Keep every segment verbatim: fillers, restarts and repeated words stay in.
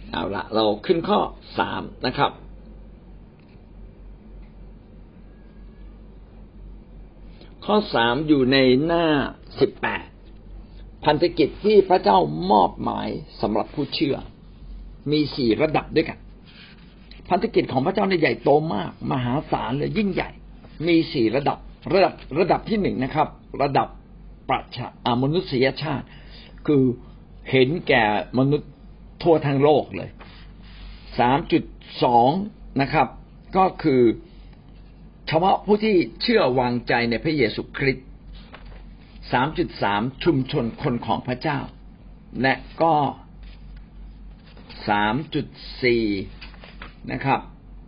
เอาละเราขึ้นข้อสามนะครับข้อสามอยู่ในหน้าสิบแปดพันธกิจที่พระเจ้ามอบหมายสำหรับผู้เชื่อมีสี่ระดับด้วยกันพันธกิจของพระเจ้าเนี่ยใหญ่โตมากมหาศาลเลยยิ่งใหญ่มีสี่ระดับระดับระดับที่หนึ่งนะครับระดับประชามนุษยชาติคือเห็นแก่มนุษย์ทั่วทั้งโลกเลย สามจุดสอง นะครับก็คือเฉพาะผู้ที่เชื่อวางใจในพระเยซูคริสต์ สามจุดสาม ชุมชนคนของพระเจ้าและก็ สามจุดสี่ นะครับ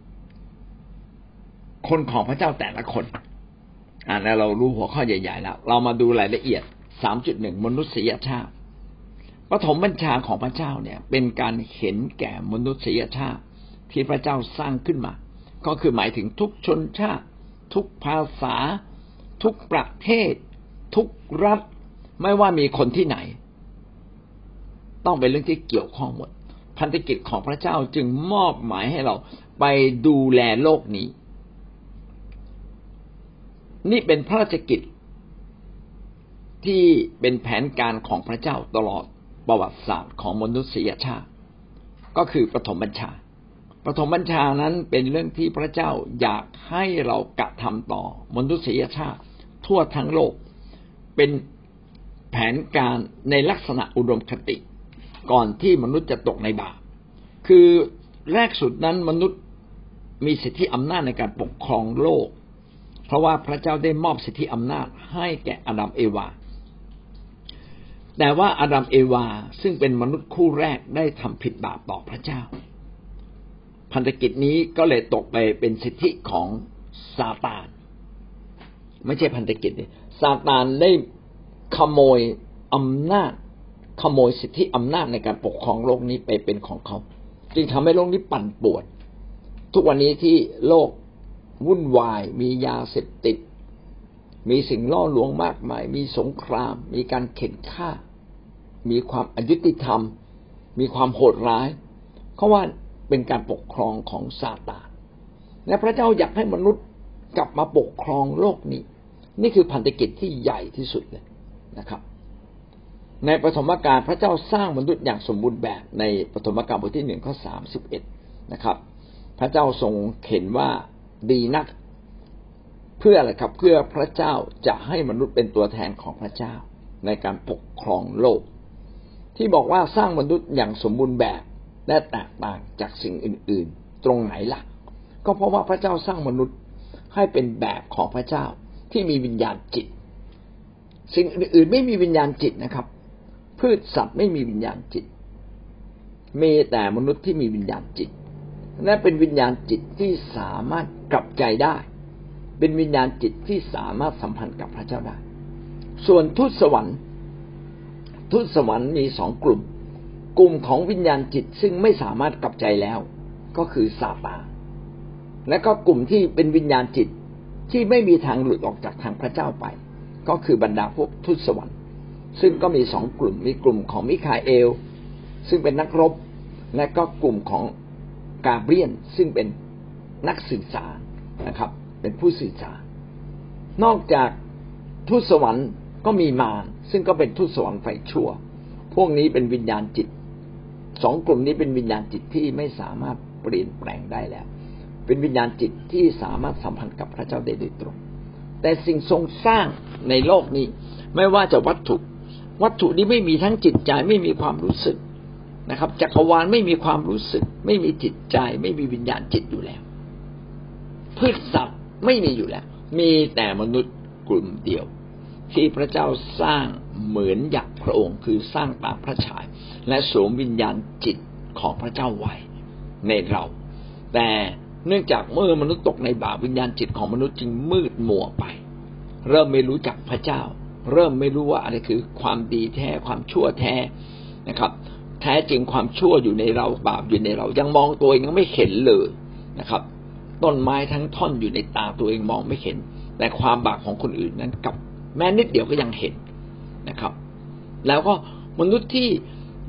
คนของพระเจ้าแต่ละคนอ่าแล้วเรารู้หัวข้อใหญ่ๆแล้วเรามาดูรายละเอียด สามจุดหนึ่ง มนุษยชาติปฐมบัญชาของพระเจ้าเนี่ยเป็นการเห็นแก่มนุษยชาติที่พระเจ้าสร้างขึ้นมาก็คือหมายถึงทุกชนชาติทุกภาษาทุกประเทศทุกรัฐไม่ว่ามีคนที่ไหนต้องเป็นเรื่องที่เกี่ยวข้องหมดพันธกิจของพระเจ้าจึงมอบหมายให้เราไปดูแลโลกนี้นี่เป็นพระราชกิจที่เป็นแผนการของพระเจ้าตลอดประวัติศาสตร์ของมนุษยชาติก็คือปฐมบัญชาปฐมบัญชานั้นเป็นเรื่องที่พระเจ้าอยากให้เรากระทำต่อมนุษยชาติทั่วทั้งโลกเป็นแผนการในลักษณะอุดมคติก่อนที่มนุษย์จะตกในบาปคือแรกสุดนั้นมนุษย์มีสิทธิอำนาจในการปกครองโลกเพราะว่าพระเจ้าได้มอบสิทธิอำนาจให้แก่อาดัมเอวาแต่ว่าอาดัมเอวาซึ่งเป็นมนุษย์คู่แรกได้ทำผิดบาปต่อพระเจ้าพันธกิจนี้ก็เลยตกไปเป็นสิทธิของซาตานไม่ใช่พันธกิจนี่ซาตานได้ขโมยอำนาจขโมยสิทธิอำนาจในการปกครองโลกนี้ไปเป็นของเขาจึงทำให้โลกนี้ปั่นป่วนทุกวันนี้ที่โลกวุ่นวายมียาเสพติดมีสิ่งล่อลวงมากมายมีสงครามมีการเข็นฆ่ามีความอยุติธรรมมีความโหดร้ายเพราะว่าเป็นการปกครองของซาตานและพระเจ้าอยากให้มนุษย์กลับมาปกครองโลกนี้นี่คือพันธกิจที่ใหญ่ที่สุดเลยนะครับในปฐมกาลพระเจ้าสร้างมนุษย์อย่างสมบูรณ์แบบในปฐมกาลบทที่หนึ่งข้อสามสิบเอ็ดนะครับพระเจ้าทรงเห็นว่าดีนักเพื่ออะไรครับเพื่อพระเจ้าจะให้มนุษย์เป็นตัวแทนของพระเจ้าในการปกครองโลกที่บอกว่าสร้างมนุษย์อย่างสมบูรณ์แบบและแตกต่างจากสิ่งอื่นๆตรงไหนล่ะก็เพราะว่าพระเจ้าสร้างมนุษย์ให้เป็นแบบของพระเจ้าที่มีวิญญาณจิตสิ่งอื่นๆไม่มีวิญญาณจิตนะครับพืชสัตว์ไม่มีวิญญาณจิตมีแต่มนุษย์ที่มีวิญญาณจิตและเป็นวิญญาณจิตที่สามารถกลับใจได้เป็นวิญญาณจิตที่สามารถสัมพันธ์กับพระเจ้าได้ส่วนทูตสวรรค์ทูตสวรรค์มีสองกลุ่มกลุ่มของวิญญาณจิตซึ่งไม่สามารถกลับใจแล้วก็คือซาตานและก็กลุ่มที่เป็นวิญญาณจิตที่ไม่มีทางหลุดออกจากทางพระเจ้าไปก็คือบรรดาพวกทูตสวรรค์ซึ่งก็มีสองกลุ่มมีกลุ่มของมิคาเอลซึ่งเป็นนักรบและก็กลุ่มของกาเบรียลซึ่งเป็นนักสื่อสารนะครับเป็นผู้สื่อสารนอกจากทูตสวรรค์ก็มีมารซึ่งก็เป็นทูตสวรรค์ฝ่ายชั่วพวกนี้เป็นวิญญาณจิตสองกลุ่มนี้เป็นวิญญาณจิตที่ไม่สามารถเปลี่ยนแปลงได้แล้วเป็นวิญญาณจิตที่สามารถสัมพันธ์กับพระเจ้าได้โดยตรงแต่สิ่งทรงสร้างในโลกนี้ไม่ว่าจะวัตถุวัตถุนี้ไม่มีทั้งจิตใจไม่มีความรู้สึกนะครับจักรวาลไม่มีความรู้สึกไม่มีจิตใจไม่มีวิญญาณจิตอยู่แล้วพืชสัตว์ไม่มีอยู่แล้วมีแต่มนุษย์กลุ่มเดียวที่พระเจ้าสร้างเหมือนอย่างพระองค์คือสร้างตามพระฉายและสวมวิญญาณจิตของพระเจ้าไว้ในเราแต่เนื่องจากเมื่อมนุษย์ตกในบาปวิญญาณจิตของมนุษย์จึงมืดมัวไปเริ่มไม่รู้จักพระเจ้าเริ่มไม่รู้ว่าอะไรคือความดีแท้ความชั่วแท้นะครับแท้จริงความชั่วอยู่ในเราบาปอยู่ในเรายังมองตัวเองยังไม่เห็นเลยนะครับต้นไม้ทั้งท่อนอยู่ในตาตัวเองมองไม่เห็นแต่ความบาปของคนอื่นนั้นกับแม้นิดเดียวก็ยังเห็นนะครับแล้วก็มนุษย์ที่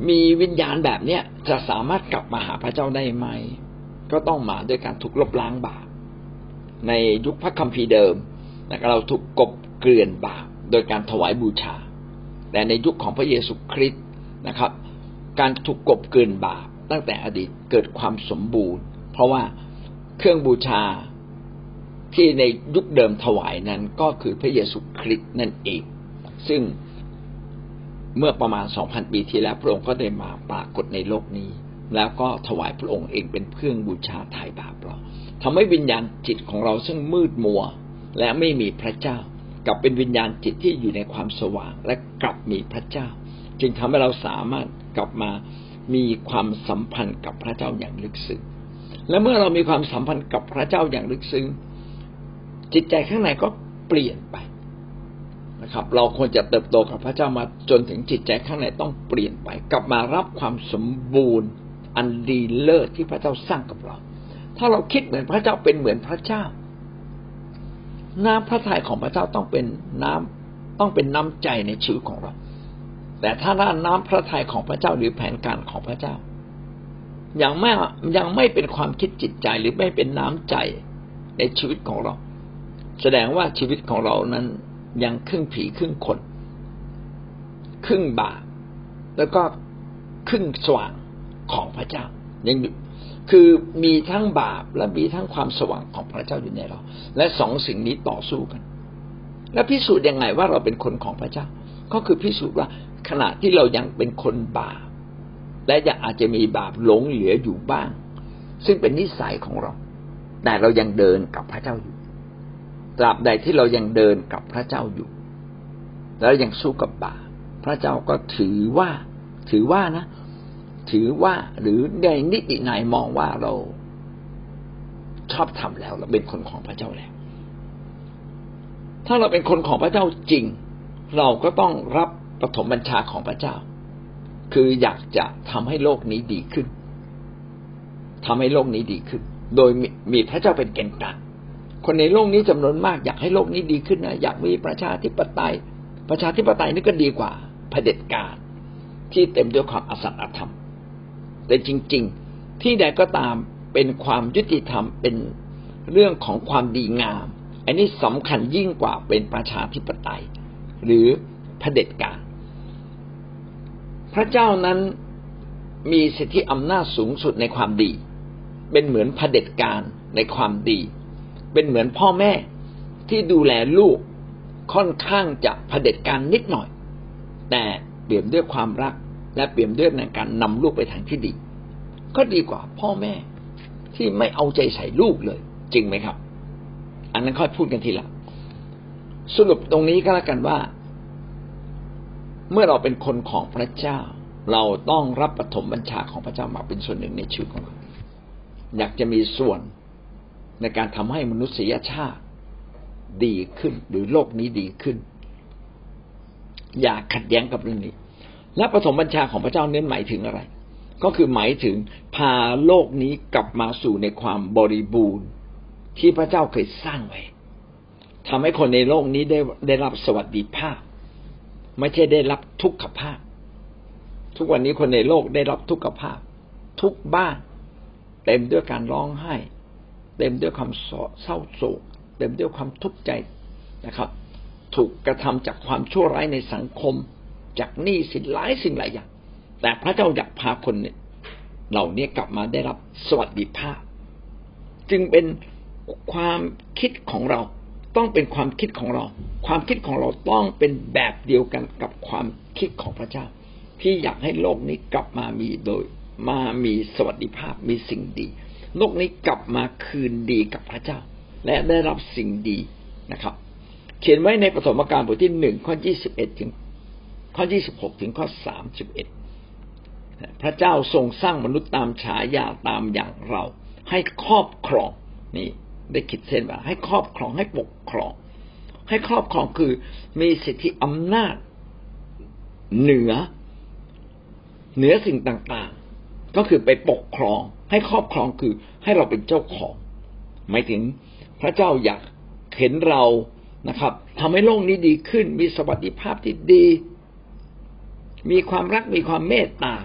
มีวิญญาณแบบเนี้ยจะสามารถกลับมาหาพระเจ้าได้ไหมก็ต้องมาด้วยการถูกลบล้างบาปในยุคพระคัมภีร์เดิมนะครับเราถูกกลบเกลื่อนบาปโดยการถวายบูชาแต่ในยุคของพระเยซูคริสต์นะครับการถูกกลบเกลื่อนบาปตั้งแต่อดีตเกิดความสมบูรณ์เพราะว่าเครื่องบูชาที่ในยุคเดิมถวายนั้นก็คือพระเยซูคริสต์นั่นเองซึ่งเมื่อประมาณ สองพัน ปีที่แล้วพระองค์ก็ได้มาปรากฏในโลกนี้แล้วก็ถวายพระองค์เองเป็นเครื่องบูชาไถ่บาปเราทำให้วิญญาณจิตของเราซึ่งมืดมัวและไม่มีพระเจ้ากลับเป็นวิญญาณจิตที่อยู่ในความสว่างและกลับมีพระเจ้าจึงทำให้เราสามารถกลับมามีความสัมพันธ์กับพระเจ้าอย่างลึกซึ้งและเมื่อเรามีความสัมพันธ์กับพระเจ้าอย่างลึกซึ้งจิตใจข้างในก็เปลี่ยนไปนะครับเราควรจะเติบโตกับพระเจ้ามาจนถึงจิตใจข้างในต้องเปลี่ยนไปกลับมารับความสมบูรณ์อันดีเลิศที่พระเจ้าสร้างกับเราถ้าเราคิดเหมือนพระเจ้าเป็นเหมือนพระเจ้าน้ำพระทัยของพระเจ้าต้องเป็นน้ำต้องเป็นน้ำใจในชีวิตของเราแต่ถ้าด้านน้ำพระทัยของพระเจ้าหรือแผนการของพระเจ้ายังไม่ยังไม่เป็นความคิดจิตใจหรือไม่เป็นน้ำใจในชีวิตของเราแสดงว่าชีวิตของเรานั้นยังครึ่งผีครึ่งคนครึ่งบาปแล้วก็ครึ่งสว่างของพระเจ้ายังคือมีทั้งบาปและมีทั้งความสว่างของพระเจ้าอยู่ในเราและสองสิ่งนี้ต่อสู้กันแล้วพิสูจน์ยังไงว่าเราเป็นคนของพระเจ้าก็คือพิสูจน์ว่าขณะที่เรายังเป็นคนบาปและยังอาจจะมีบาปหลงเหลืออยู่บ้างซึ่งเป็นนิสัยของเราแต่เรายังเดินกับพระเจ้าอยู่ตราบใดที่เรายังเดินกับพระเจ้าอยู่แล้วยังสู้กับบาปพระเจ้าก็ถือว่าถือว่านะถือว่าหรือในนิติไหนมองว่าเราชอบทำแล้วเราเป็นคนของพระเจ้าแล้วถ้าเราเป็นคนของพระเจ้าจริงเราก็ต้องรับปฐมบัญชาของพระเจ้าคืออยากจะทำให้โลกนี้ดีขึ้นทำให้โลกนี้ดีขึ้นโดยมีพระเจ้าเป็นแกนกลางคนในโลกนี้จำนวนมากอยากให้โลกนี้ดีขึ้นนะอยากมีประชาธิปไตยประชาธิปไตยนี่ก็ดีกว่าเผด็จการที่เต็มด้วยความอสัตย์อธรรมแต่จริงๆที่ใดก็ตามเป็นความยุติธรรมเป็นเรื่องของความดีงามอันนี้สำคัญยิ่งกว่าเป็นประชาธิปไตยหรือเผด็จการพระเจ้านั้นมีสิทธิอำนาจสูงสุดในความดีเป็นเหมือนเผด็จการในความดีเป็นเหมือนพ่อแม่ที่ดูแลลูกค่อนข้างจะเผด็จการนิดหน่อยแต่เปี่ยมด้วยความรักและเปี่ยมด้วยในการนำลูกไปทางที่ดีก็ดีกว่าพ่อแม่ที่ไม่เอาใจใส่ลูกเลยจริงไหมครับอันนั้นค่อยพูดกันทีหลังสรุปตรงนี้ก็แล้วกันว่าเมื่อเราเป็นคนของพระเจ้าเราต้องรับปฐมบัญชาของพระเจ้ามาเป็นส่วนหนึ่งในชีวิตของเราอยากจะมีส่วนในการทำให้มนุษยชาติดีขึ้นหรือโลกนี้ดีขึ้นอย่าขัดแย้งกับเรื่องนี้และปฐมบัญชาของพระเจ้าเน้นหมายถึงอะไรก็คือหมายถึงพาโลกนี้กลับมาสู่ในความบริบูรณ์ที่พระเจ้าเคยสร้างไว้ทำให้คนในโลกนี้ได้ได้รับสวัสดิภาพไม่ใช่ได้รับทุกขภาพทุกวันนี้คนในโลกได้รับทุกขภาพทุกบ้านเต็มด้วยการร้องไห้เต็มด้วยความเศร้าโศกเต็มด้วยความทุกข์ใจนะครับถูกกระทำจากความชั่วร้ายในสังคมจากหนี้สินหลายสิ่งหลายอย่างแต่พระเจ้าอยากพาคนเนี่ยเหล่านี้กลับมาได้รับสวัสดิภาพจึงเป็นความคิดของเราต้องเป็นความคิดของเราความคิดของเราต้องเป็นแบบเดียวกันกับความคิดของพระเจ้าที่อยากให้โลกนี้กลับมามีโดยมามีสวัสดิภาพมีสิ่งดีโลกนี้กลับมาคืนดีกับพระเจ้าและได้รับสิ่งดีนะครับเขียนไว้ในปฐมกาลบทที่หนึ่งข้อยี่สิบเอ็ดถึงข้อยี่สิบหกถึงข้อสามสิบเอ็ดพระเจ้าทรงสร้างมนุษย์ตามฉายาตามอย่างเราให้ครอบครองนี่ได้ขีดเส้นว่าให้ครอบครองให้ปกครองให้ครอบครองคือมีสิทธิอำนาจเหนือเหนือสิ่งต่างๆก็คือไปปกครองให้ครอบครองคือให้เราเป็นเจ้าของหมายถึงพระเจ้าอยากเห็นเรานะครับทำให้โลกนี้ดีขึ้นมีสวัสดิภาพที่ดีมีความรักมีความเมตตา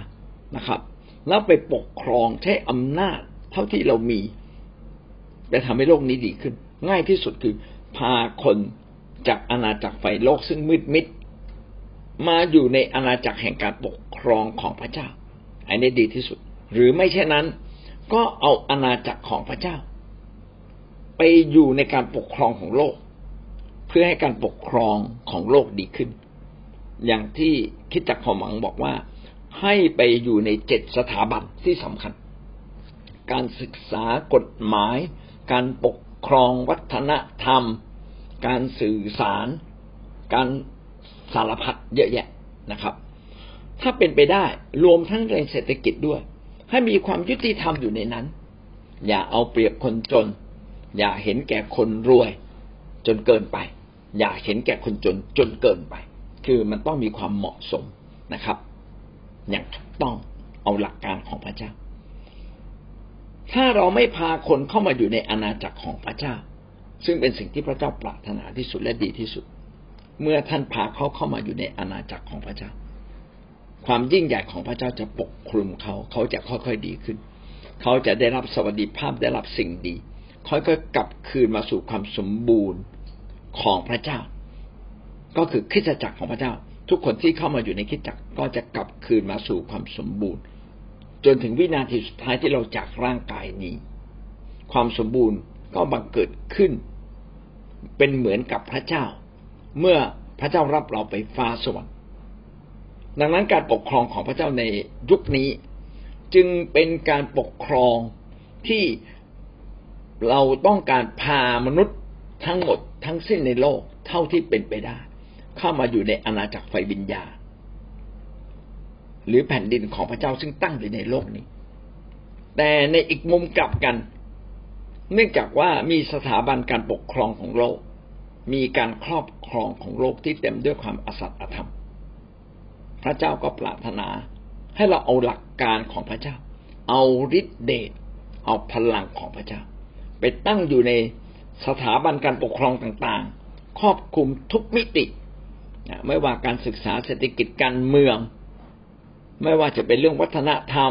นะครับแล้วไปปกครองใช้อำนาจเท่าที่เรามีไปทำให้โลกนี้ดีขึ้นง่ายที่สุดคือพาคนจากอาณาจักรไฟโลกซึ่งมืดมิดมาอยู่ในอาณาจักรแห่งการปกครองของพระเจ้าอันนี้ดีที่สุดหรือไม่เช่นนั้นก็เอาอาณาจักรของพระเจ้าไปอยู่ในการปกครองของโลกเพื่อให้การปกครองของโลกดีขึ้นอย่างที่คริสตจักรความหวังบอกว่าให้ไปอยู่ในเจ็ดสถาบันที่สำคัญการศึกษากฎหมายการปกครองวัฒนธรรมการสื่อสารการสารพัดเยอะแยะนะครับถ้าเป็นไปได้รวมทั้งในเศรษฐกิจด้วยให้มีความยุติธรรมอยู่ในนั้นอย่าเอาเปรียบคนจนอย่าเห็นแก่คนรวยจนเกินไปอย่าเห็นแก่คนจนจนเกินไปคือมันต้องมีความเหมาะสมนะครับอย่างถูกต้องเอาหลักการของพระเจ้าถ้าเราไม่พาคนเข้ามาอยู่ในอาณาจักรของพระเจ้าซึ่งเป็นสิ่งที่พระเจ้าปรารถนาที่สุดและดีที่สุดเมื่อท่านพาเขาเข้ามาอยู่ในอาณาจักรของพระเจ้าความยิ่งใหญ่ของพระเจ้าจะปกคลุมเขาเขาจะค่อยๆดีขึ้นเขาจะได้รับสวัสดิภาพได้รับสิ่งดีค่อยๆกลับคืนมาสู่ความสมบูรณ์ของพระเจ้าก็คือคริสตจักรของพระเจ้าทุกคนที่เข้ามาอยู่ในคริสตจักรก็จะกลับคืนมาสู่ความสมบูรณ์จนถึงวินาทีสุดท้ายที่เราจากร่างกายนี้ความสมบูรณ์ก็บังเกิดขึ้นเป็นเหมือนกับพระเจ้าเมื่อพระเจ้ารับเราไปฟ้าสวรรค์ดังนั้นการปกครองของพระเจ้าในยุคนี้จึงเป็นการปกครองที่เราต้องการพามนุษย์ทั้งหมดทั้งสิ้นในโลกเท่าที่เป็นไปได้เข้ามาอยู่ในอาณาจักรไฟวิญญาณหรือแผ่นดินของพระเจ้าซึ่งตั้งอยู่ในโลกนี้แต่ในอีกมุมกลับกันเนื่องจากว่ามีสถาบันการปกครองของโลกมีการครอบครองของโลกที่เต็มด้วยความอสัตย์อธรรมพระเจ้าก็ปรารถนาให้เราเอาหลักการของพระเจ้าเอาฤทธิเดชเอาพลังของพระเจ้าไปตั้งอยู่ในสถาบันการปกครองต่างๆครอบคลุมทุกมิติไม่ว่าการศึกษาเศรษฐกิจการเมืองไม่ว่าจะเป็นเรื่องวัฒนธรรม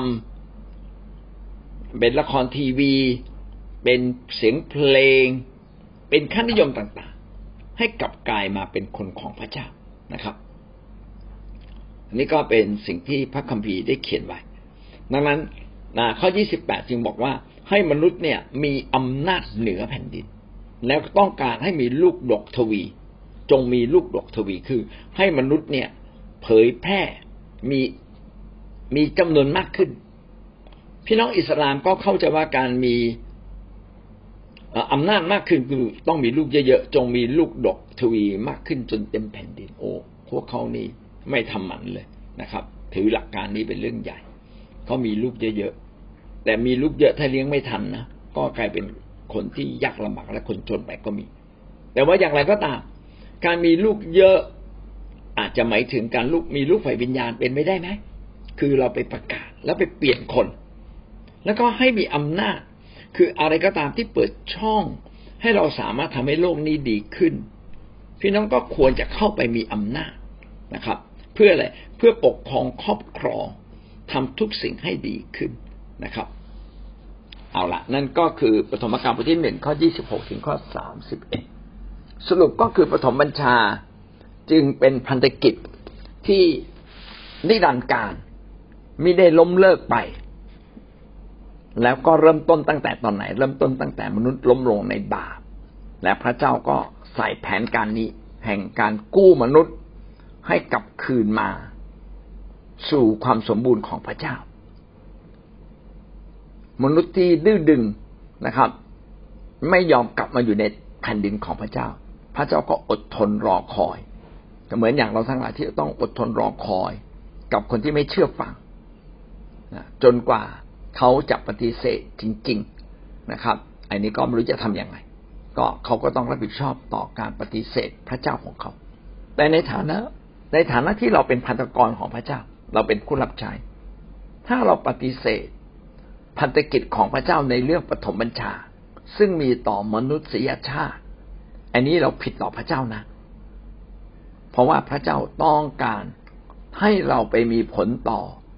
เป็นละครทีวีเป็นเสียงเพลงเป็นค่านิยมต่างๆให้กลับกลายมาเป็นคนของพระเจ้านะครับอันนี้ก็เป็นสิ่งที่พระคัมภีร์ได้เขียนไว้ดังนั้นข้อยี่สิบแปดจึงบอกว่าให้มนุษย์เนี่ยมีอำนาจเหนือแผ่นดินแล้วต้องการให้มีลูกดกทวีจงมีลูกดกทวีคือให้มนุษย์เนี่ยเผยแพร่มีมีจำนวนมากขึ้นพี่น้องอิสลามก็เข้าใจว่าการมีอำนาจมากขึ้นคือต้องมีลูกเยอะๆจงมีลูกดกทวีมากขึ้นจนเต็มแผ่นดินโอ้พวกเขานี่ไม่ทำหมันเลยนะครับถือหลักการนี้เป็นเรื่องใหญ่เขามีลูกเยอะๆแต่มีลูกเยอะถ้าเลี้ยงไม่ทันนะก็กลายเป็นคนที่ยากลำบากและคนจนไปก็มีแต่ว่าอย่างไรก็ตามการมีลูกเยอะอาจจะหมายถึงการลูกมีลูกฝ่ายวิญญาณเป็นไม่ได้ไหมคือเราไปประกาศแล้วไปเปลี่ยนคนแล้วก็ให้มีอำนาจคืออะไรก็ตามที่เปิดช่องให้เราสามารถทำให้โลกนี้ดีขึ้นพี่น้องก็ควรจะเข้าไปมีอำนาจนะครับเพื่ออะไรเพื่อปกครองครอบครองทำทุกสิ่งให้ดีขึ้นนะครับเอาละนั่นก็คือปฐมกาลบทที่หนึ่งข้อยี่สิบหกถึงข้อสามสิบเอ็ดสรุปก็คือปฐมบัญชาจึงเป็นพันธกิจที่นิรันดร์การไม่ได้ล้มเลิกไปแล้วก็เริ่มต้นตั้งแต่ตอนไหนเริ่มต้นตั้งแต่มนุษย์ล้มลงในบาปและพระเจ้าก็ใส่แผนการนี้แห่งการกู้มนุษย์ให้กลับคืนมาสู่ความสมบูรณ์ของพระเจ้ามนุษย์ที่ดื้อดึงนะครับไม่ยอมกลับมาอยู่ในแผ่นดินของพระเจ้าพระเจ้าก็อดทนรอคอยเหมือนอย่างเราทั้งหลายที่ต้องอดทนรอคอยกับคนที่ไม่เชื่อฟังจนกว่าเขาจะปฏิเสธจริงๆนะครับอันนี้ก็ไม่รู้จะทำยังไงก็เขาก็ต้องรับผิดชอบต่อการปฏิเสธพระเจ้าของเขาแต่ในฐานะในฐานะที่เราเป็นพันธกรของพระเจ้าเราเป็นผู้รับใช้ถ้าเราปฏิเสธพันธกิจของพระเจ้าในเรื่องปฐมบัญชาซึ่งมีต่อมนุษยชาติอันนี้เราผิดต่อพระเจ้านะเพราะว่าพระเจ้าต้องการให้เราไปมีผลต่อ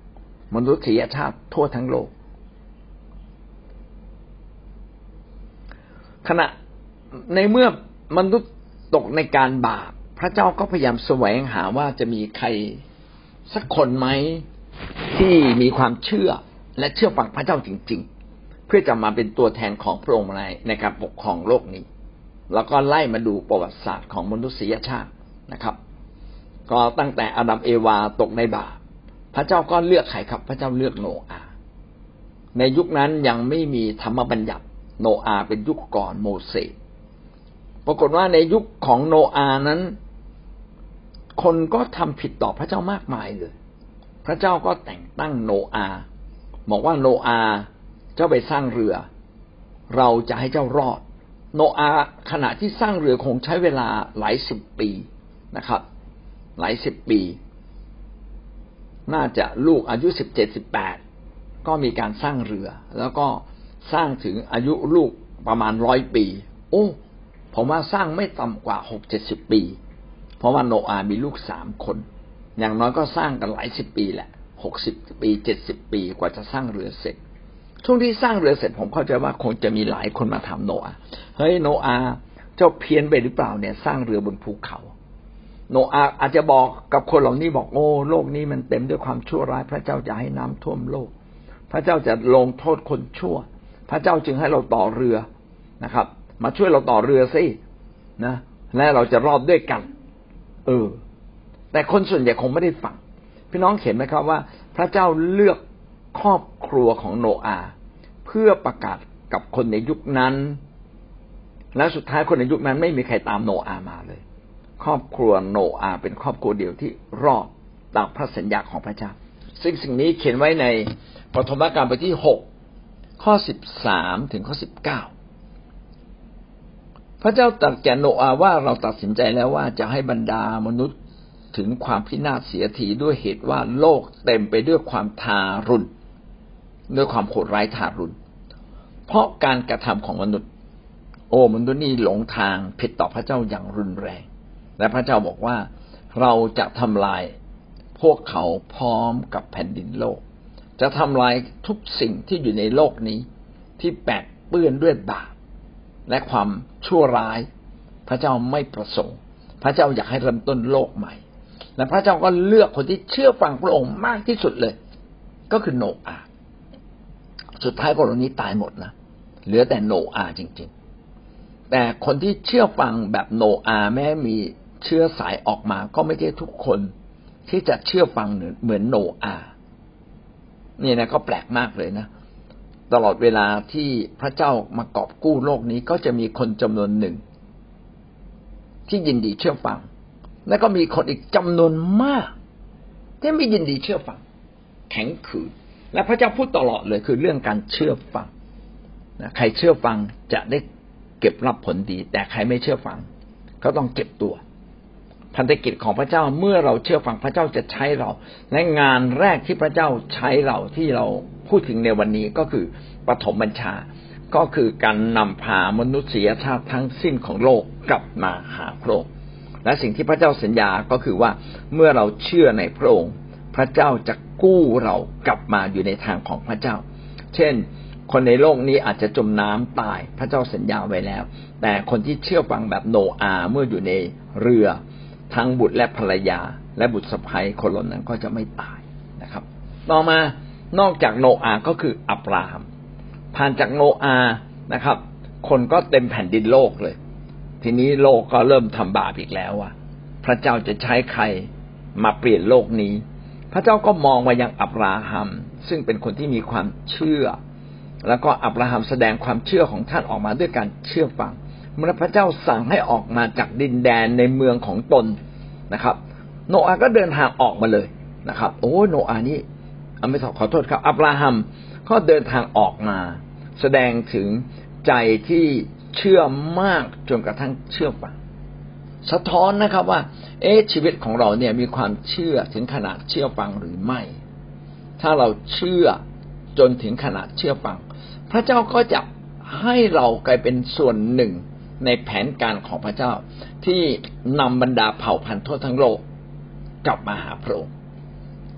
มนุษยชาติทั่วทั้งโลกขณะในเมื่อมนุษย์ตกในการบาปพระเจ้าก็พยายามแสวงหาว่าจะมีใครสักคนไหมที่มีความเชื่อและเชื่อฟังพระเจ้าจริงๆเพื่อจะมาเป็นตัวแทนของพระองค์ในในการปกครองโลกนี้แล้วก็ไล่มาดูประวัติศาสตร์ของมนุษยชาตินะครับก็ตั้งแต่อาดัมเอวาตกในบาปพระเจ้าก็เลือกใครครับพระเจ้าเลือกโนอาห์ในยุคนั้นยังไม่มีธรรมบัญญัติโนอาห์เป็นยุคก่อนโมเสสปรากฏว่าในยุคของโนอาห์นั้นคนก็ทำผิดต่อพระเจ้ามากมายเลยพระเจ้าก็แต่งตั้งโนอาห์บอกว่าโนอาห์เจ้าไปสร้างเรือเราจะให้เจ้ารอดโนอาห์ขณะที่สร้างเรือคงใช้เวลาหลายสิบปีนะครับหลายสิบปีน่าจะลูกอายุสิบเจ็ด สิบแปดก็มีการสร้างเรือแล้วก็สร้างถึงอายุลูกประมาณร้อยปีโอ้ผมว่าสร้างไม่ต่ำกว่า หกเจ็ดสิบ ปีเพราะว่าโนอาห์มีลูกสามคนอย่างน้อยก็สร้างกันหลายสิบปีแหละหกสิบปีเจ็ดสิบปีกว่าจะสร้างเรือเสร็จช่วงที่สร้างเรือเสร็จผมเข้าใจว่าคงจะมีหลายคนมาถามโนอาห์เฮ้ยโนอาห์เจ้าเพี้ยนไปหรือเปล่าเนี่ยสร้างเรือบนภูเขาโนอาห์อาจจะบอกกับคนเหล่านี้บอกโอ้โลกนี้มันเต็มด้วยความชั่วร้ายพระเจ้าจะให้น้ำท่วมโลกพระเจ้าจะลงโทษคนชั่วพระเจ้าจึงให้เราต่อเรือนะครับมาช่วยเราต่อเรือสินะและเราจะรอดด้วยกันเออแต่คนส่วนใหญ่คงไม่ได้ฟังพี่น้องเห็นไหมครับว่าพระเจ้าเลือกครอบครัวของโนอาห์เพื่อประกาศกับคนในยุคนั้นและสุดท้ายคนในยุคนั้นไม่มีใครตามโนอาห์มาเลยครอบครัวโนอาห์เป็นครอบครัวเดียวที่รอดตามพระสัญญาของพระเจ้าซึ่งสิ่งนี้เขียนไว้ในปฐมกาลบทที่หกข้อสิบสามถึงข้อสิบเก้าพระเจ้าตรัสแก่โนอาห์ว่าเราตัดสินใจแล้วว่าจะให้บรรดามนุษย์ถึงความพินาศเสียทีด้วยเหตุว่าโลกเต็มไปด้วยความทารุณด้วยความโหดร้ายทารุณเพราะการกระทำของมนุษย์โอ้มนุษย์นี่หลงทางผิดต่อพระเจ้าอย่างรุนแรงและพระเจ้าบอกว่าเราจะทำลายพวกเขาพร้อมกับแผ่นดินโลกจะทำลายทุกสิ่งที่อยู่ในโลกนี้ที่แปดเปื้อนด้วยบาปและความชั่วร้ายพระเจ้าไม่ประสงค์พระเจ้าอยากให้เริ่มต้นโลกใหม่และพระเจ้าก็เลือกคนที่เชื่อฟังพระองค์มากที่สุดเลยก็คือโนอาห์สุดท้ายคนเหล่านี้ตายหมดนะเหลือแต่โนอาห์จริงๆแต่คนที่เชื่อฟังแบบโนอาห์แม้มีเชื้อสายออกมาก็ไม่ใช่ทุกคนที่จะเชื่อฟังเหมือนโนอาห์นี่นะก็แปลกมากเลยนะตลอดเวลาที่พระเจ้ามากอบกู้โลกนี้ก็จะมีคนจำนวนหนึ่งที่ยินดีเชื่อฟังและก็มีคนอีกจำนวนมากที่ไม่ยินดีเชื่อฟังแข็งขืนและพระเจ้าพูดตลอดเลยคือเรื่องการเชื่อฟังนะใครเชื่อฟังจะได้เก็บรับผลดีแต่ใครไม่เชื่อฟังก็ต้องเจ็บตัวพันธกิจของพระเจ้าเมื่อเราเชื่อฟังพระเจ้าจะใช้เราและงานแรกที่พระเจ้าใช้เราที่เราพูดถึงในวันนี้ก็คือปฐมบัญชาก็คือการนำพามนุษยชาติทั้งสิ้นของโลกกลับมาหาพระองค์และสิ่งที่พระเจ้าสัญญาก็คือว่าเมื่อเราเชื่อในพระองค์พระเจ้าจะกู้เรากลับมาอยู่ในทางของพระเจ้าเช่นคนในโลกนี้อาจจะจมน้ำตายพระเจ้าสัญญาไว้แล้วแต่คนที่เชื่อฟังแบบโนอาห์เมื่ออยู่ในเรือทั้งบุตรและภรรยาและบุตรสะใภ้คนเหล่านั้นก็จะไม่ตายนะครับต่อมานอกจากโนอาห์ก็คืออับราฮัมผ่านจากโนอาห์นะครับคนก็เต็มแผ่นดินโลกเลยทีนี้โลกก็เริ่มทำบาปอีกแล้วอ่ะพระเจ้าจะใช้ใครมาเปลี่ยนโลกนี้พระเจ้าก็มองมายังอับราฮัมซึ่งเป็นคนที่มีความเชื่อแล้วก็อับราฮัมแสดงความเชื่อของท่านออกมาด้วยการเชื่อฟังเมื่อพระเจ้าสั่งให้ออกมาจากดินแดนในเมืองของตนนะครับโนอาห์ก็เดินทางออกมาเลยนะครับโอ้โนอาห์นี่ไม่ขอโทษครับอับราฮัมก็เดินทางออกมาแสดงถึงใจที่เชื่อมากจนกระทั่งเชื่อฟังสะท้อนนะครับว่าเอ๊ะชีวิตของเราเนี่ยมีความเชื่อถึงขนาดเชื่อฟังหรือไม่ถ้าเราเชื่อจนถึงขนาดเชื่อฟังพระเจ้าก็จะให้เรากลายเป็นส่วนหนึ่งในแผนการของพระเจ้าที่นำบรรดาเผ่าพันธุ์ทั่วทั้งโลกกลับมาหาพระองค์พ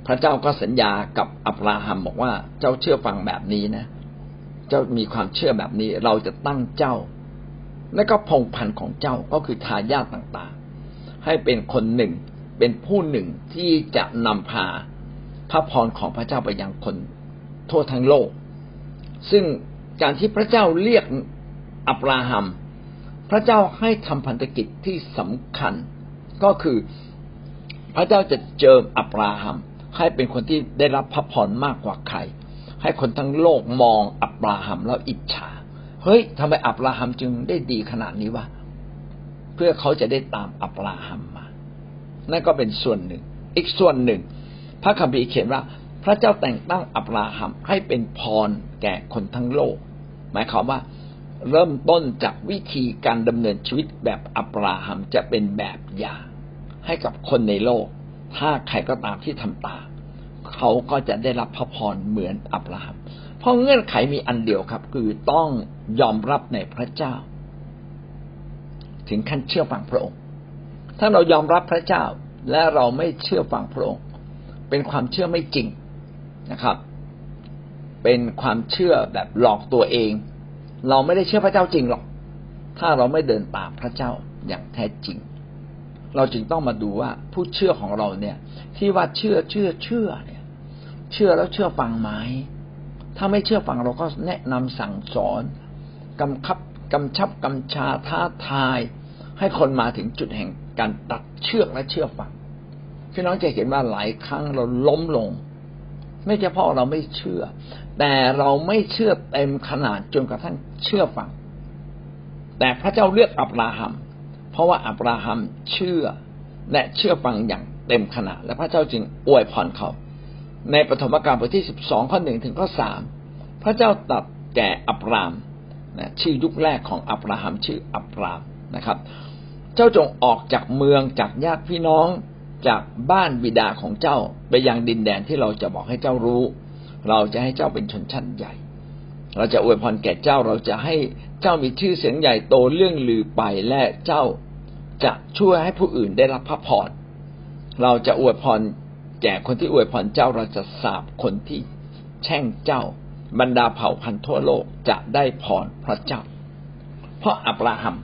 ระเจ้าก็สัญญากับอับราฮัมบอกว่าเจ้าเชื่อฟังแบบนี้นะเจ้ามีความเชื่อแบบนี้เราจะตั้งเจ้าและก็พงศ์พันธุ์ของเจ้าก็คือทายาทต่างๆให้เป็นคนหนึ่งเป็นผู้หนึ่งที่จะนำพาพระพรของพระเจ้าไปยังคนทั่วทั้งโลกซึ่งการที่พระเจ้าเรียกอับราฮัมพระเจ้าให้ทำพันธกิจที่สำคัญก็คือพระเจ้าจะเจิมอับราฮัมให้เป็นคนที่ได้รับพระพรมากกว่าใครให้คนทั้งโลกมองอับราฮัมแล้วอิจฉาเฮ้ยทำไมอับราฮัมจึงได้ดีขนาดนี้วะเพื่อเขาจะได้ตามอับราฮัมมานั่นก็เป็นส่วนหนึ่งอีกส่วนหนึ่งพระคัมภีร์เขียนว่าพระเจ้าแต่งตั้งอับราฮัมให้เป็นพรแก่คนทั้งโลกหมายความว่าเริ่มต้นจากวิธีการดำเนินชีวิตแบบอับราฮัมจะเป็นแบบอย่างให้กับคนในโลกถ้าใครก็ตามที่ทำตามเขาก็จะได้รับพระพรเหมือนอับราฮัมเพราะเงื่อนไขมีอันเดียวครับคือต้องยอมรับในพระเจ้าถึงขั้นเชื่อฟังพระองค์ถ้าเรายอมรับพระเจ้าและเราไม่เชื่อฟังพระองค์เป็นความเชื่อไม่จริงนะครับเป็นความเชื่อแบบหลอกตัวเองเราไม่ได้เชื่อพระเจ้าจริงหรอกถ้าเราไม่เดินตามพระเจ้าอย่างแท้จริงเราจึงต้องมาดูว่าผู้เชื่อของเราเนี่ยที่ว่าเชื่อเชื่อเชื่อเนี่ยเชื่อแล้วเชื่อฟังไหมถ้าไม่เชื่อฟังเราก็แนะนำสั่งสอนกำชับกำชับกำชาท้าทายให้คนมาถึงจุดแห่งการตัดเชือกและเชื่อฟังพี่น้องจะเห็นว่าหลายครั้งเราล้มลงไม่ใช่เพราะเราไม่เชื่อแต่เราไม่เชื่อเต็มขนาดจนกระทั่งเชื่อฟังแต่พระเจ้าเลือกอับราฮัมเพราะว่าอับราฮัมเชื่อและเชื่อฟังอย่างเต็มขนาดและพระเจ้าจึงอวยพรเขาในปฐมกาลบทที่สิบสองข้อหนึ่งถึงข้อสามพระเจ้าตรัสแก่อับรามนะชื่อยุคแรกของอับราฮัมชื่ออับรามนะครับเจ้าจงออกจากเมืองจากญาติพี่น้องจากบ้านบิดาของเจ้าไปยังดินแดนที่เราจะบอกให้เจ้ารู้เราจะให้เจ้าเป็นชนชั้นใหญ่เราจะอวยพรแก่เจ้าเราจะให้เจ้ามีชื่อเสียงใหญ่โตเรื่องลือไปและเจ้าจะช่วยให้ผู้อื่นได้รับพระพรเราจะอวยพรแก่คนที่อวยพรเจ้าเราจะสาปคนที่แช่งเจ้าบรรดาเผ่าพันธุ์ทั่วโลกจะได้พรพระเจ้าเพราะอับราฮัม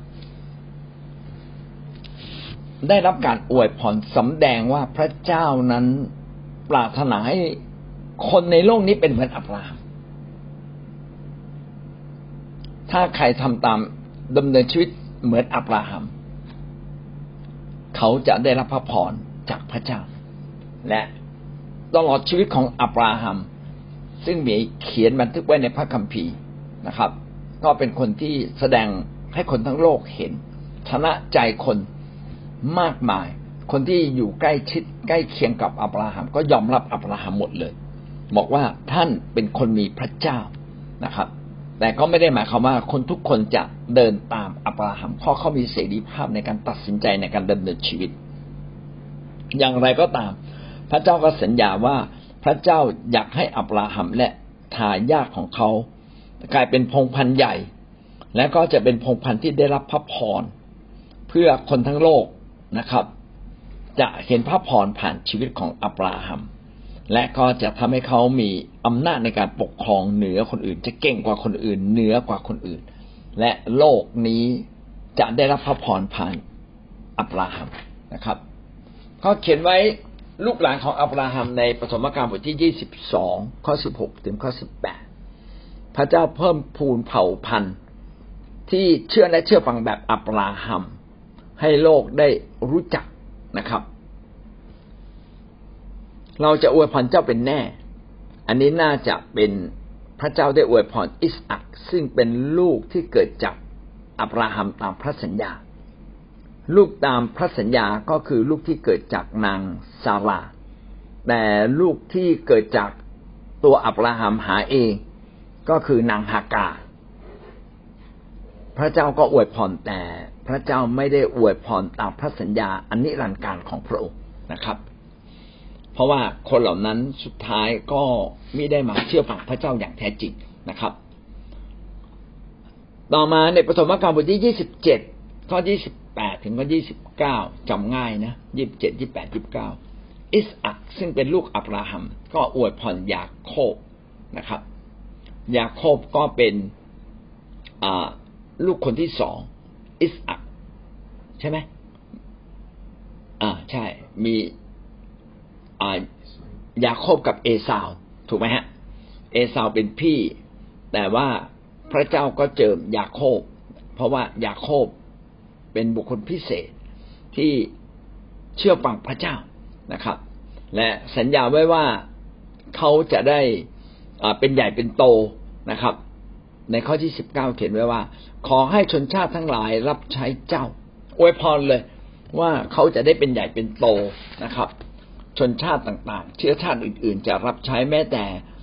ได้รับการอวยพรสำแดงว่าพระเจ้านั้นปรารถนาให้คนในโลกนี้เป็นเหมือนอับราฮัมถ้าใครทำตามดำเนินชีวิตเหมือนอับราฮัมเขาจะได้รับพระพรจากพระเจ้าและตลอดชีวิตของอับราฮัมซึ่งมีเขียนบันทึกไว้ในพระคัมภีร์นะครับก็เป็นคนที่แสดงให้คนทั้งโลกเห็นชนะใจคนมากมายคนที่อยู่ใกล้ชิดใกล้เคียงกับอับราฮัมก็ยอมรับอับราฮัมหมดเลยบอกว่าท่านเป็นคนมีพระเจ้านะครับแต่ก็ไม่ได้หมายความว่าคนทุกคนจะเดินตามอับราฮัมเพราะเขามีเสรีภาพในการตัดสินใจในการดำเนินชีวิตอย่างไรก็ตามพระเจ้าก็สัญญาว่าพระเจ้าอยากให้อับราฮัมและทายาทของเขากลายเป็นพงศ์พันธุ์ใหญ่และก็จะเป็นพงศ์พันธุ์ที่ได้รับพระพรเพื่อคนทั้งโลกนะครับจะเห็นพระพรผ่านชีวิตของอับราฮัมและก็จะทำให้เขามีอำนาจในการปกครองเหนือคนอื่นจะเก่งกว่าคนอื่นเหนือกว่าคนอื่นและโลกนี้จะได้รับพระพรผ่านอับราฮัมนะครับเขาเขียนไว้ลูกหลานของอับราฮัมในปฐมกาลบทที่ยี่สิบสองข้อสิบหกถึงข้อสิบแปดพระเจ้าเพิ่มพูนเผ่าพันธุ์ที่เชื่อและเชื่อฟังแบบอับราฮัมให้โลกได้รู้จักนะครับเราจะอวยพรเจ้าเป็นแน่อันนี้น่าจะเป็นพระเจ้าได้อวยพรอิสอัคซึ่งเป็นลูกที่เกิดจากอับราฮัมตามพระสัญญาลูกตามพระสัญญาก็คือลูกที่เกิดจากนางซาราแต่ลูกที่เกิดจากตัวอับราฮัมหาเองก็คือนางฮากาพระเจ้าก็อวยพรแต่พระเจ้าไม่ได้อวยพรตามพระสัญญาอันนิรันดร์การของพระองค์นะครับเพราะว่าคนเหล่านั้นสุดท้ายก็ไม่ได้มาเชื่อฟังพระเจ้าอย่างแท้จริงนะครับต่อมาในปฐมกาลบทที่ยี่สิบเจ็ดข้อยี่สิบแปดถึงข้อยี่สิบเก้าจำง่ายนะยี่สิบเจ็ด ยี่สิบแปด ยี่สิบเก้าอิสอัคซึ่งเป็นลูกอับราฮัมก็อวยพรยาโคบนะครับยาโคบก็เป็นลูกคนที่สองอิสอัคใช่ไหมอ่าใช่มีอ่ายาโคบกับเอสาวถูกไหมฮะเอสาวเป็นพี่แต่ว่าพระเจ้าก็เจิมยาโคบเพราะว่ายาโคบเป็นบุคคลพิเศษที่เชื่อฟังพระเจ้านะครับและสัญญาไว้ว่าเขาจะได้เป็นใหญ่เป็นโตนะครับในข้อที่สิบเก้าเขียนไว้ว่าขอให้ชนชาติทั้งหลายรับใช้เจ้าอวยพรเลยว่าเขาจะได้เป็นใหญ่เป็นโตนะครับชนชาติต่างๆเชื้อชาติอื่นๆจะรับใช้แม้แต่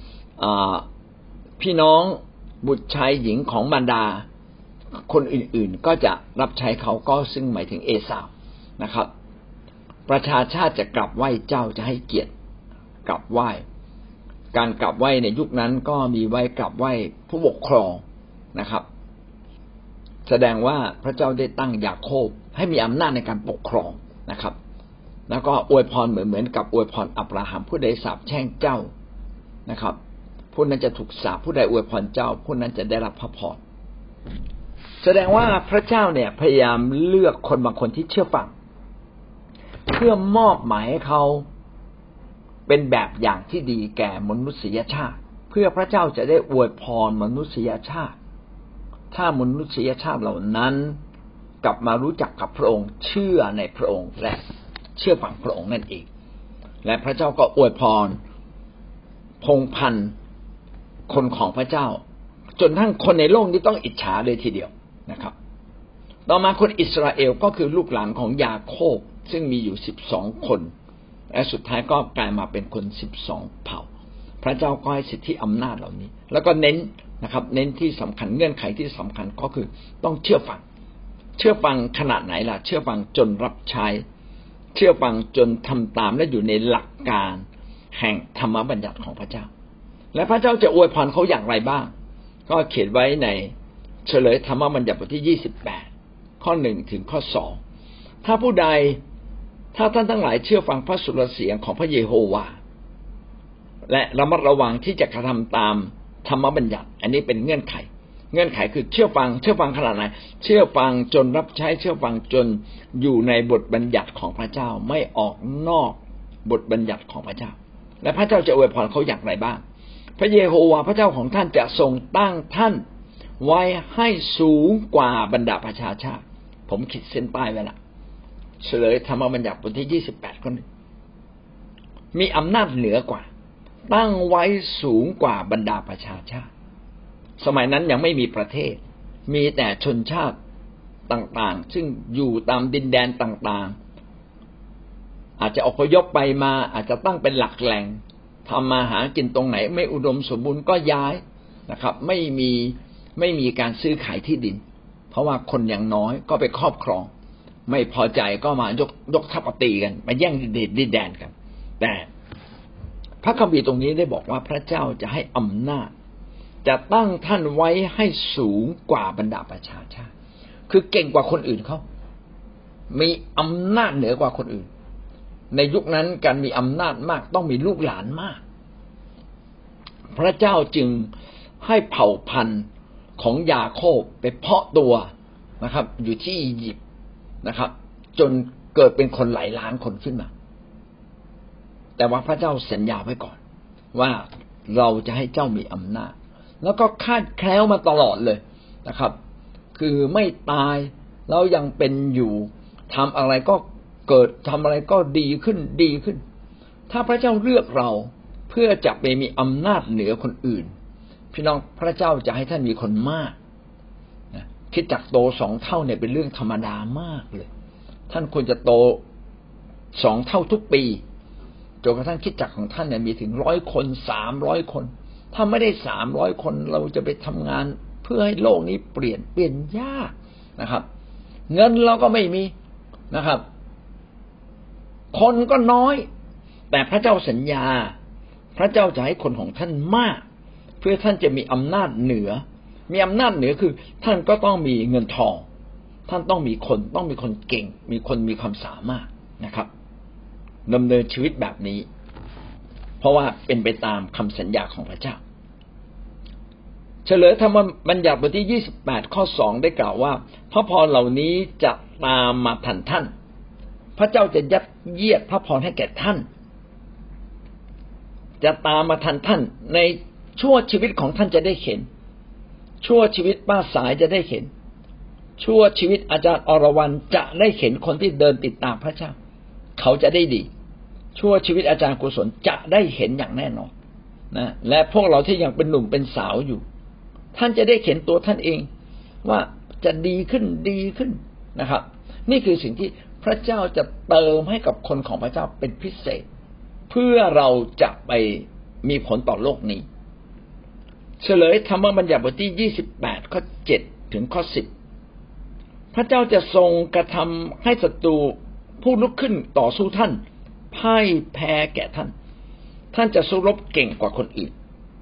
พี่น้องบุตรชายหญิงของมารดาคนอื่นๆก็จะรับใช้เขาก็ซึ่งหมายถึงเอสาวนะครับประชาชาติจะกลับไหว้เจ้าจะให้เกียรติกลับไหว้การกลับไหว้ในยุคนั้นก็มีไหว้กลับไหว้ผู้ปกครองนะครับแสดงว่าพระเจ้าได้ตั้งยาโคบให้มีอำนาจในการปกครองนะครับแล้วก็อวยพรเหมือนเหมือนกับอวยพรอับราฮัมผู้ใดสาปแช่งเจ้านะครับผู้นั้นจะถูกสาปผู้ใดอวยพรเจ้าผู้นั้นจะได้รับพระพรแสดงว่าพระเจ้าเนี่ยพยายามเลือกคนบางคนที่เชื่อฟังเพื่อมอบหมายให้เขาเป็นแบบอย่างที่ดีแก่มนุษยชาติเพื่อพระเจ้าจะได้อวยพรมนุษยชาติถ้ามนุษยชาติเหล่านั้นกลับมารู้จักกับพระองค์เชื่อในพระองค์และเชื่อฟังพระองค์นั่นเองและพระเจ้าก็อวยพรพงศ์พันธุ์คนของพระเจ้าจนทั้งคนในโลกนี้ต้องอิจฉาเลยทีเดียวนะครับต่อมาคนอิสราเอลก็คือลูกหลานของยาโคบซึ่งมีอยู่สิบสองคนและสุดท้ายก็กลายมาเป็นคนสิบสองเผ่าพระเจ้าก็ให้สิทธิอำนาจเหล่านี้แล้วก็เน้นนะครับเน้นที่สำคัญเงื่อนไขที่สำคัญก็คือต้องเชื่อฟังเชื่อฟังขนาดไหนล่ะเชื่อฟังจนรับใช้เชื่อฟังจนทำตามและอยู่ในหลักการแห่งธรรมบัญญัติของพระเจ้าและพระเจ้าจะอวยพรเขาอย่างไรบ้างก็เขียนไว้ในเฉลยธรรมบัญญัติบทที่ยี่สิบแปดข้อหนึ่งถึงข้อสองถ้าผู้ใดถ้าท่านทั้งหลายเชื่อฟังพระสุรเสียงของพระเยโฮวาห์และระมัดระวังที่จะกระทำตามธรรมบัญญัติอันนี้เป็นเงื่อนไขเงื่อนไขคือเชื่อฟังเชื่อฟังขนาดไหนเชื่อฟังจนรับใช้เชื่อฟังจนอยู่ในบทบัญญัติของพระเจ้าไม่ออกนอกบทบัญญัติของพระเจ้าและพระเจ้าจะอวยพรเขาอย่างไรบ้างพระเยโฮวาห์พระเจ้าของท่านจะทรงตั้งท่านไว้ให้สูงกว่าบรรดาประชาชาติผมขีดเส้นใต้ไว้ละเฉลยธรรมบัญญัติบทที่ยี่สิบแปดข้อหนึ่งมีอำนาจเหนือกว่าตั้งไว้สูงกว่าบรรดาประชาชาติสมัยนั้นยังไม่มีประเทศมีแต่ชนชาติต่างๆซึ่งอยู่ตามดินแดนต่างๆอาจจะอพยพไปมาอาจจะตั้งเป็นหลักแหล่งทำมาหากินตรงไหนไม่อุดมสมบูรณ์ก็ย้ายนะครับไม่มีไม่มีการซื้อขายที่ดินเพราะว่าคนอย่างน้อยก็ไปครอบครองไม่พอใจก็มายกยกทัพตีกันมาแย่งดินแดนกันแต่พระคัมภีร์ตรงนี้ได้บอกว่าพระเจ้าจะให้อำนาจจะตั้งท่านไว้ให้สูงกว่าบรรดาประชาชาติคือเก่งกว่าคนอื่นเขามีอำนาจเหนือกว่าคนอื่นในยุคนั้นการมีอำนาจมากต้องมีลูกหลานมากพระเจ้าจึงให้เผ่าพันธุ์ของยาโคบไปเพาะตัวนะครับอยู่ที่อียิปต์นะครับจนเกิดเป็นคนหลายล้านคนขึ้นมาแต่ว่าพระเจ้าสัญญาไว้ก่อนว่าเราจะให้เจ้ามีอำนาจแล้วก็คาดแคล้วมาตลอดเลยนะครับคือไม่ตายแล้วยังเป็นอยู่ทำอะไรก็เกิดทำอะไรก็ดีขึ้นดีขึ้นถ้าพระเจ้าเลือกเราเพื่อจะไปมีอำนาจเหนือคนอื่นพี่น้องพระเจ้าจะให้ท่านมีคนมากนะคิดจักโตสองเท่าเนี่ยเป็นเรื่องธรรมดามากเลยท่านควรจะโตสองเท่าทุกปีจนกระทั่งคิดจักของท่านเนี่ยมีถึงร้อยคนสามร้อยคนถ้าไม่ได้สามร้อยคนเราจะไปทำงานเพื่อให้โลกนี้เปลี่ยนเปลี่ยนยากนะครับเงินเราก็ไม่มีนะครับคนก็น้อยแต่พระเจ้าสัญญาพระเจ้าจะให้คนของท่านมากเพื่อท่านจะมีอำนาจเหนือมีอำนาจเหนือคือท่านก็ต้องมีเงินทองท่านต้องมีคนต้องมีคนเก่งมีคนมีความสามารถนะครับดำเนินชีวิตแบบนี้เพราะว่าเป็นไปตามคำสัญญาของพระเจ้าเฉลยธรรมบัญญัติบทที่ยี่สิบแปดข้อสองได้กล่าวว่าพระพรเหล่านี้จะตามมาทันท่านพระเจ้าจะยัดเยียดพระพรให้แก่ท่านจะตามมาทันท่านในชั่วชีวิตของท่านจะได้เห็นชั่วชีวิตป้าสายจะได้เห็นชั่วชีวิตอาจารย์อรวรรณจะได้เห็นคนที่เดินติดตามพระเจ้าเขาจะได้ดีชั่วชีวิตอาจารย์กุศลจะได้เห็นอย่างแน่นอนนะและพวกเราที่ยังเป็นหนุ่มเป็นสาวอยู่ท่านจะได้เห็นตัวท่านเองว่าจะดีขึ้นดีขึ้นนะครับนี่คือสิ่งที่พระเจ้าจะเติมให้กับคนของพระเจ้าเป็นพิเศษเพื่อเราจะไปมีผลต่อโลกนี้เฉลยธรรมบัญญัติบทที่ยี่สิบแปดข้อเจ็ดถึงข้อสิบพระเจ้าจะทรงกระทำให้ศัตรูผู้ลุกขึ้นต่อสู้ท่านพ่ายแพ้แก่ท่านท่านจะสู้รบเก่งกว่าคนอื่น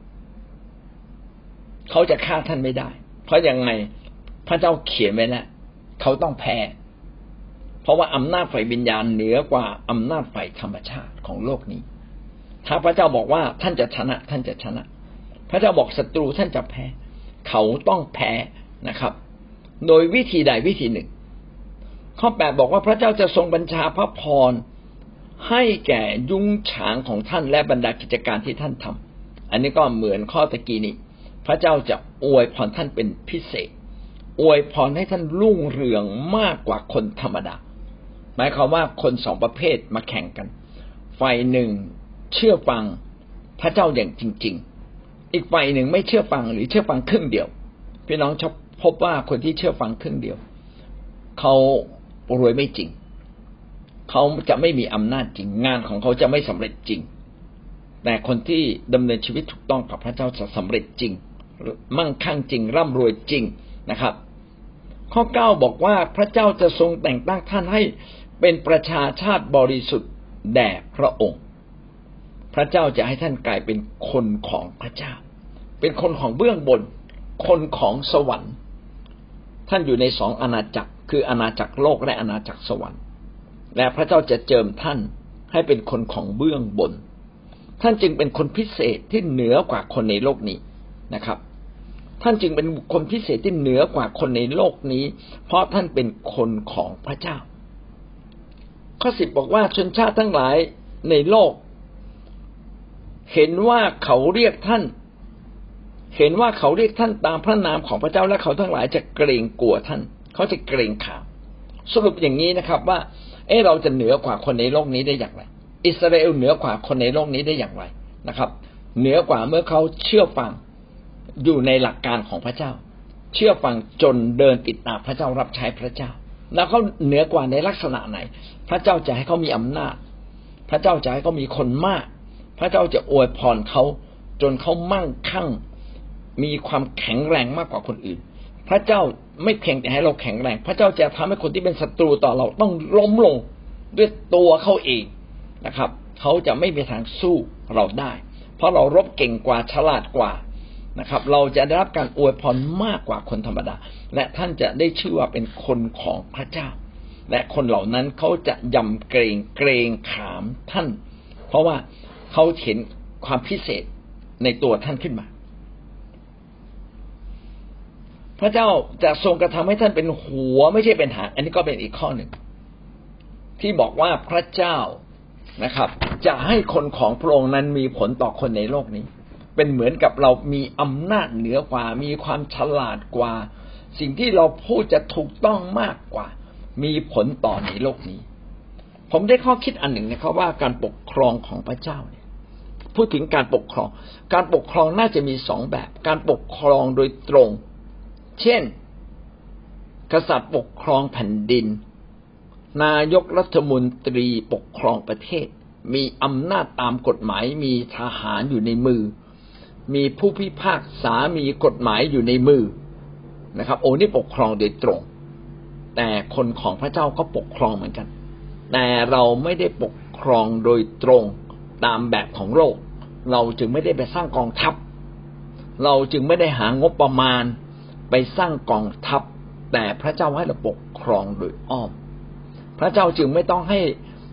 เขาจะฆ่าท่านไม่ได้เพราะยังไงพระเจ้าเขียนไว้แล้วเขาต้องแพ้เพราะว่าอำนาจฝ่ายวิญญาณเหนือกว่าอำนาจฝ่ายธรรมชาติของโลกนี้ถ้าพระเจ้าบอกว่าท่านจะชนะท่านจะชนะพระเจ้าบอกศัตรูท่านจะแพ้เขาต้องแพ้นะครับโดยวิธีใดวิธีหนึ่งข้อแปดบอกว่าพระเจ้าจะทรงบัญชาพระพรให้แก่ยุ้งฉางของท่านและบรรดากิจการที่ท่านทำอันนี้ก็เหมือนข้อตะกี้นี้พระเจ้าจะอวยพรท่านเป็นพิเศษอวยพรให้ท่านรุ่งเรืองมากกว่าคนธรรมดาหมายความว่าคนสองประเภทมาแข่งกันฝ่ายหนึ่งเชื่อฟังพระเจ้าอย่างจริงๆอีกฝ่ายหนึ่งไม่เชื่อฟังหรือเชื่อฟังครึ่งเดียวพี่น้องชอบพบว่าคนที่เชื่อฟังครึ่งเดียวเขารวยไม่จริงเขาจะไม่มีอำนาจจริงงานของเขาจะไม่สำเร็จจริงแต่คนที่ดำเนินชีวิตถูกต้องกับพระเจ้าจะสำเร็จจริงมั่งคั่งจริงร่ำรวยจริงนะครับข้อเก้าบอกว่าพระเจ้าจะทรงแต่งตั้งท่านให้เป็นประชาชาติบริสุทธิ์แด่พระองค์พระเจ้าจะให้ท่านกลายเป็นคนของพระเจ้าเป็นคนของเบื้องบนคนของสวรรค์ท่านอยู่ในสองอาณาจักรคืออาณาจักรโลกและอาณาจักรสวรรค์และพระเจ้าจะเจิมท่านให้เป็นคนของเบื้องบนท่านจึงเป็นคนพิเศษที่เหนือกว่าคนในโลกนี้นะครับท่านจึงเป็นคนพิเศษที่เหนือกว่าคนในโลกนี้เพราะท่านเป็นคนของพระเจ้าข้อสิบบอกว่าชนชาติทั้งหลายในโลกเห็นว่าเขาเรียกท่านเห็นว่าเขาเรียกท่านตามพระนามของพระเจ้าและเขาทั้งหลายจะเกรงกลัวท่านเขาจะเกรงขามสรุปอย่างนี้นะครับว่าเออเราจะเหนือกว่าคนในโลกนี้ได้อย่างไรอิสราเอลเหนือกว่าคนในโลกนี้ได้อย่างไรนะครับเหนือกว่าเมื่อเขาเชื่อฟังอยู่ในหลักการของพระเจ้าเชื่อฟังจนเดินติดตามพระเจ้ารับใช้พระเจ้าแล้วเขาเหนือกว่าในลักษณะไหนพระเจ้าจะให้เขามีอำนาจพระเจ้าจะให้เขามีคนมากพระเจ้าจะอวยพรเขาจนเขามั่งคั่งมีความแข็งแรงมากกว่าคนอื่นพระเจ้าไม่เพียงแต่ให้เราแข็งแรงพระเจ้าจะทำให้คนที่เป็นศัตรูต่อเราต้องล้มลงด้วยตัวเขาเองนะครับเขาจะไม่มีทางสู้เราได้เพราะเรารบเก่งกว่าฉลาดกว่านะครับเราจะได้รับการอวยพรมากกว่าคนธรรมดาและท่านจะได้ชื่อว่าเป็นคนของพระเจ้าและคนเหล่านั้นเขาจะยำเกรงเกรงขามท่านเพราะว่าเขาเห็นความพิเศษในตัวท่านขึ้นมาพระเจ้าจะทรงกระทำให้ท่านเป็นหัวไม่ใช่เป็นหางอันนี้ก็เป็นอีกข้อหนึ่งที่บอกว่าพระเจ้านะครับจะให้คนของพระองค์นั้นมีผลต่อคนในโลกนี้เป็นเหมือนกับเรามีอำนาจเหนือกว่ามีความฉลาดกว่าสิ่งที่เราพูดจะถูกต้องมากกว่ามีผลต่อในโลกนี้ผมได้ข้อคิดอันหนึ่งนะครับว่าการปกครองของพระเจ้าเนี่ยพูดถึงการปกครองการปกครองน่าจะมีสองแบบการปกครองโดยตรงเช่นกษัตริย์ปกครองแผ่นดินนายกรัฐมนตรีปกครองประเทศมีอำนาจตามกฎหมายมีทหารอยู่ในมือมีผู้พิพากษามีกฎหมายอยู่ในมือนะครับโอ้นี่ปกครองโดยตรงแต่คนของพระเจ้าก็ปกครองเหมือนกันแต่เราไม่ได้ปกครองโดยตรงตามแบบของโลกเราจึงไม่ได้ไปสร้างกองทัพเราจึงไม่ได้หางบประมาณไปสร้างกองทัพแต่พระเจ้าให้เราปกครองโดยอ้อมพระเจ้าจึงไม่ต้องให้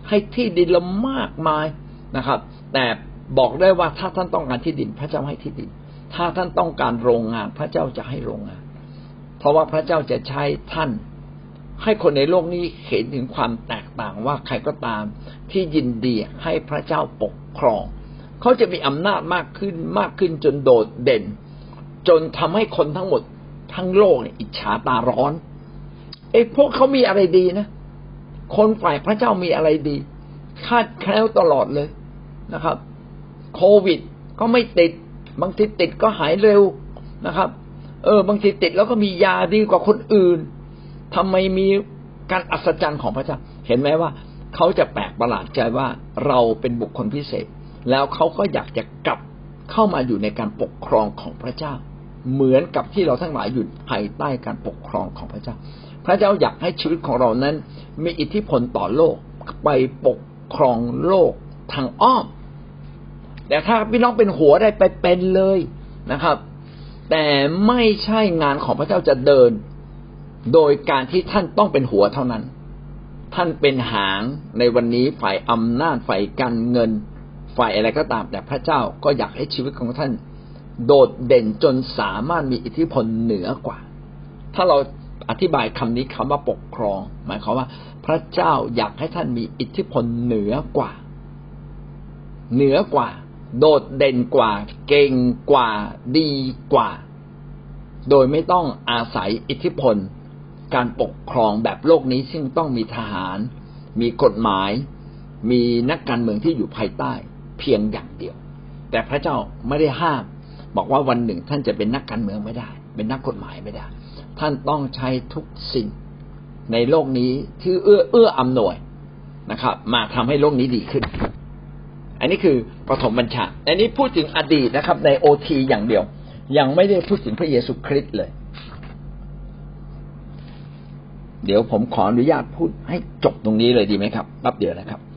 ให้ที่ดินเรามากมายนะครับแต่บอกได้ว่าถ้าท่านต้องการที่ดินพระเจ้าให้ที่ดินถ้าท่านต้องการโรงงานพระเจ้าจะให้โรงงานเพราะว่าพระเจ้าจะใช้ท่านให้คนในโลกนี้เห็นถึงความแตกต่างว่าใครก็ตามที่ยินดีให้พระเจ้าปกครองเขาจะมีอำนาจมากขึ้นมากขึ้นจนโดดเด่นจนทำให้คนทั้งหมดทั้งโลกเนี่ยอิจฉาตาร้อนไอ้พวกเขามีอะไรดีนะคนฝ่ายพระเจ้ามีอะไรดีคาดแคล้วตลอดเลยนะครับโควิดก็ไม่ติดบางทีติดก็หายเร็วนะครับเออบางทีติดแล้วก็มียาดีกว่าคนอื่นทำไมมีการอัศจรรย์ของพระเจ้าเห็นไหมว่าเขาจะแปลกประหลาดใจว่าเราเป็นบุคคลพิเศษแล้วเขาก็อยากจะกลับเข้ามาอยู่ในการปกครองของพระเจ้าเหมือนกับที่เราทั้งหลายอยู่ภายใต้การปกครองของพระเจ้าพระเจ้าอยากให้ชีวิตของเรานั้นมีอิทธิพลต่อโลกไปปกครองโลกทางอ้อมแต่ถ้าพี่น้องเป็นหัวได้ไปเป็นเลยนะครับแต่ไม่ใช่งานของพระเจ้าจะเดินโดยการที่ท่านต้องเป็นหัวเท่านั้นท่านเป็นหางในวันนี้ฝ่ายอำนาจฝ่ายการเงินฝ่ายอะไรก็ตามแต่พระเจ้าก็อยากให้ชีวิตของท่านโดดเด่นจนสามารถมีอิทธิพลเหนือกว่าถ้าเราอธิบายคำนี้คำว่าปกครองหมายความว่าพระเจ้าอยากให้ท่านมีอิทธิพลเหนือกว่าเหนือกว่าโดดเด่นกว่าเก่งกว่าดีกว่าโดยไม่ต้องอาศัยอิทธิพลการปกครองแบบโลกนี้ซึ่งต้องมีทหารมีกฎหมายมีนักการเมืองที่อยู่ภายใต้เพียงอย่างเดียวแต่พระเจ้าไม่ได้ห้ามบอกว่าวันหนึ่งท่านจะเป็นนักการเมืองไม่ได้เป็นนักกฎหมายไม่ได้ท่านต้องใช้ทุกสิ่งในโลกนี้ที่เอื้อเอื้ออำนวยนะครับมาทำให้โลกนี้ดีขึ้นอันนี้คือปฐมบัญชาอันนี้พูดถึงอดีตนะครับใน โอ ที อย่างเดียวยังไม่ได้พูดถึงพระเยซูคริสต์เลยเดี๋ยวผมขออนุญาตพูดให้จบตรงนี้เลยดีไหมครับแป๊บเดียวนะครับ